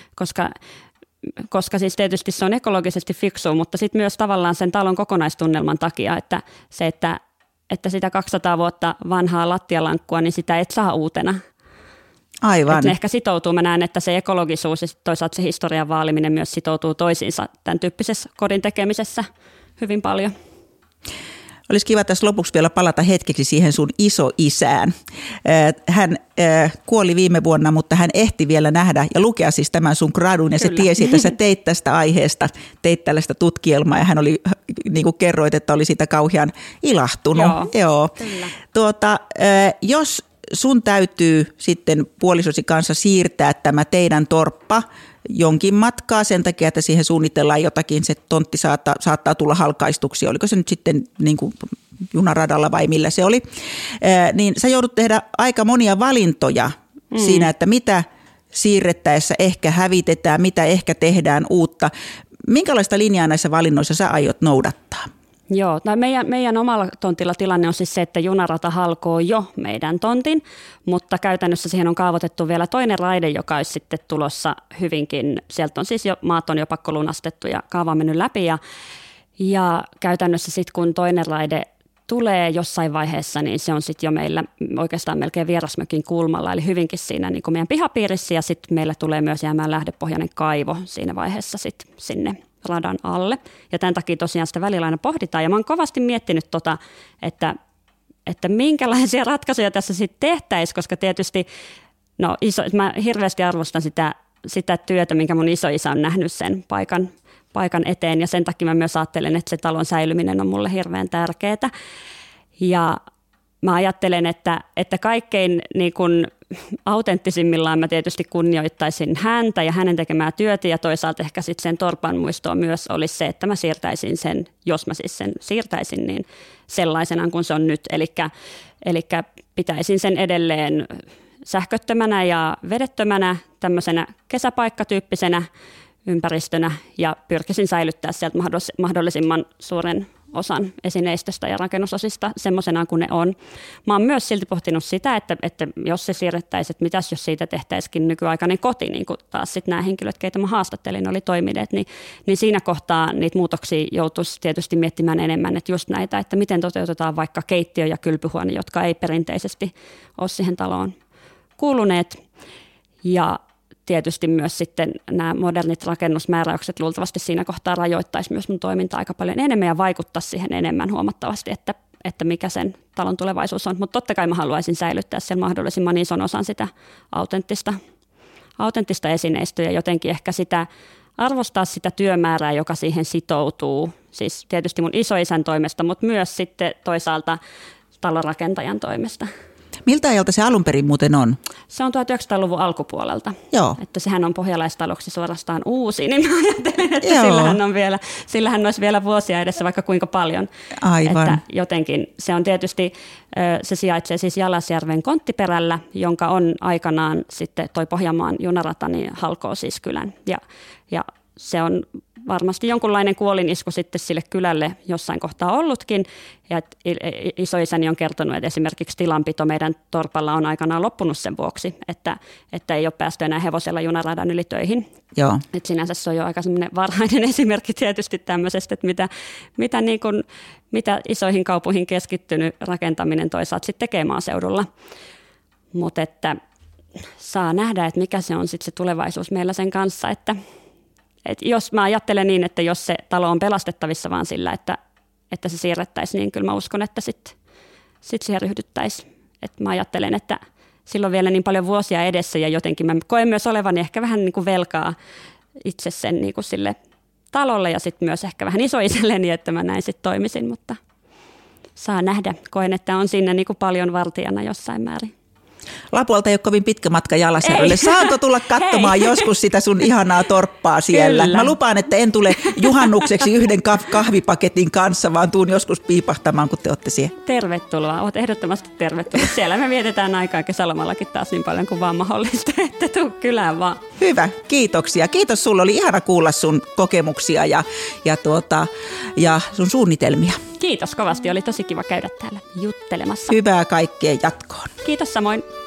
koska siis tietysti se on ekologisesti fiksua, mutta sitten myös tavallaan sen talon kokonaistunnelman takia, että se, että sitä 200 vuotta vanhaa lattialankkua, niin sitä et saa uutena.
Aivan.
Että ne ehkä sitoutuu. Mä näen, että se ekologisuus ja toisaalta se historian vaaliminen myös sitoutuu toisiinsa tämän tyyppisessä kodin tekemisessä hyvin paljon.
Olisi kiva tässä lopuksi vielä palata hetkeksi siihen sun isoisään. Hän kuoli viime vuonna, mutta hän ehti vielä nähdä ja lukea siis tämän sun gradun. Ja se tiesi, että sä teit tästä aiheesta, teit tällaista tutkielmaa ja hän oli, niin kuin kerroit, että oli siitä kauhean ilahtunut. Joo. Jos sun täytyy sitten puolisosi kanssa siirtää tämä teidän torppa jonkin matkaa sen takia, että siihen suunnitellaan jotakin, se tontti saattaa tulla halkaistuksi, oliko se nyt sitten niin kuin junaradalla vai millä se oli, niin sä joudut tehdä aika monia valintoja siinä, että mitä siirrettäessä ehkä hävitetään, mitä ehkä tehdään uutta. Minkälaista linjaa näissä valinnoissa sä aiot noudattaa?
Joo, meidän omalla tontilla tilanne on siis se, että junarata halkoo jo meidän tontin, mutta käytännössä siihen on kaavoitettu vielä toinen raide, joka olisi sitten tulossa hyvinkin. Sieltä on siis maat on jo pakko lunastettu ja kaava on mennyt läpi ja käytännössä sitten kun toinen raide tulee jossain vaiheessa, niin se on sitten jo meillä oikeastaan melkein vierasmökin kulmalla, eli hyvinkin siinä niin kuin meidän pihapiirissä ja sitten meillä tulee myös jäämään lähdepohjainen kaivo siinä vaiheessa sitten sinne radan alle. Ja tämän takia tosiaan sitä välillä aina pohditaan. Ja mä oon kovasti miettinyt että minkälaisia ratkaisuja tässä sitten tehtäisiin, koska tietysti mä hirveästi arvostan sitä työtä, minkä mun isoisä on nähnyt sen paikan eteen. Ja sen takia mä myös ajattelen, että se talon säilyminen on mulle hirveän tärkeää. Ja mä ajattelen, että kaikkein niin kun autenttisimmillaan mä tietysti kunnioittaisin häntä ja hänen tekemää työtä ja toisaalta ehkä sitten sen torpan muistoa myös olisi se, että mä siirtäisin sen, jos mä siis sen siirtäisin, niin sellaisenaan kuin se on nyt. Eli pitäisin sen edelleen sähköttömänä ja vedettömänä tämmöisenä kesäpaikkatyyppisenä ympäristönä ja pyrkisin säilyttää sieltä mahdollisimman suuren osan esineistöstä ja rakennusosista semmoisenaan kuin ne on. Mä oon myös silti pohtinut sitä, että jos se siirrettäisiin, että mitäs jos siitä tehtäisikin nykyaikainen koti, niin kuin taas sitten nämä henkilöt, keitä mä haastattelin, oli toimineet, niin siinä kohtaa niitä muutoksia joutuisi tietysti miettimään enemmän, että just näitä, että miten toteutetaan vaikka keittiö ja kylpyhuone, jotka ei perinteisesti ole siihen taloon kuuluneet. Ja tietysti myös sitten nämä modernit rakennusmääräykset luultavasti siinä kohtaa rajoittaisi myös mun toimintaa aika paljon enemmän ja vaikuttaisi siihen enemmän huomattavasti, että mikä sen talon tulevaisuus on. Mutta totta kai mä haluaisin säilyttää siellä mahdollisimman ison osan sitä autenttista esineistöä ja jotenkin ehkä arvostaa sitä työmäärää, joka siihen sitoutuu. Siis tietysti mun isoisän toimesta, mutta myös sitten toisaalta talonrakentajan toimesta.
Miltä ajalta se alun perin muuten on?
Se on 1900-luvun alkupuolelta.
Joo.
Että sehän on pohjalaistaloksi suorastaan uusi, niin mä ajattelen, että sillähän olisi vielä vuosia edessä vaikka kuinka paljon.
Aivan.
Että jotenkin se on tietysti, se sijaitsee siis Jalasjärven Konttiperällä, jonka on aikanaan sitten toi Pohjanmaan junarata, niin halkoo siis kylän. Ja se on varmasti jonkunlainen kuolinisku sitten sille kylälle jossain kohtaa ollutkin. Ja isoisäni on kertonut, että esimerkiksi tilanpito meidän torpalla on aikanaan loppunut sen vuoksi, että ei ole päästy enää hevosella junaradan yli töihin.
Joo.
Et sinänsä se on jo aika semmoinen varhainen esimerkki tietysti tämmöisestä, että mitä isoihin kaupuihin keskittynyt rakentaminen toisaalta sitten tekee maaseudulla. Mutta että saa nähdä, että mikä se on sitten se tulevaisuus meillä sen kanssa, että jos mä ajattelen niin, että jos se talo on pelastettavissa vaan sillä, että se siirrettäisiin, niin kyllä mä uskon, että sit siihen ryhdyttäisiin. Et mä ajattelen, että silloin vielä niin paljon vuosia edessä ja jotenkin mä koen myös olevani ehkä vähän niin kuin velkaa itse sen niin kuin sille talolle ja sitten myös ehkä vähän isoisälleni, että mä näin sitten toimisin, mutta saa nähdä. Koen, että on sinne niin kuin paljon vartijana jossain määrin.
Lapualta ei ole kovin pitkä matka Jalasjärvelle. Saanko tulla katsomaan joskus sitä sun ihanaa torppaa siellä?
Kyllä.
Mä lupaan, että en tule juhannukseksi yhden kahvipaketin kanssa, vaan tuun joskus piipahtamaan, kun te olette siellä.
Tervetuloa. Olet ehdottomasti tervetullut. Siellä me vietetään aikaa kesälomallakin taas niin paljon kuin vaan mahdollista, että tuu kylään vaan.
Hyvä, kiitoksia. Kiitos sulle. Oli ihana kuulla sun kokemuksia ja sun suunnitelmia.
Kiitos kovasti. Oli tosi kiva käydä täällä juttelemassa.
Hyvää kaikkea jatkoon.
Kiitos samoin.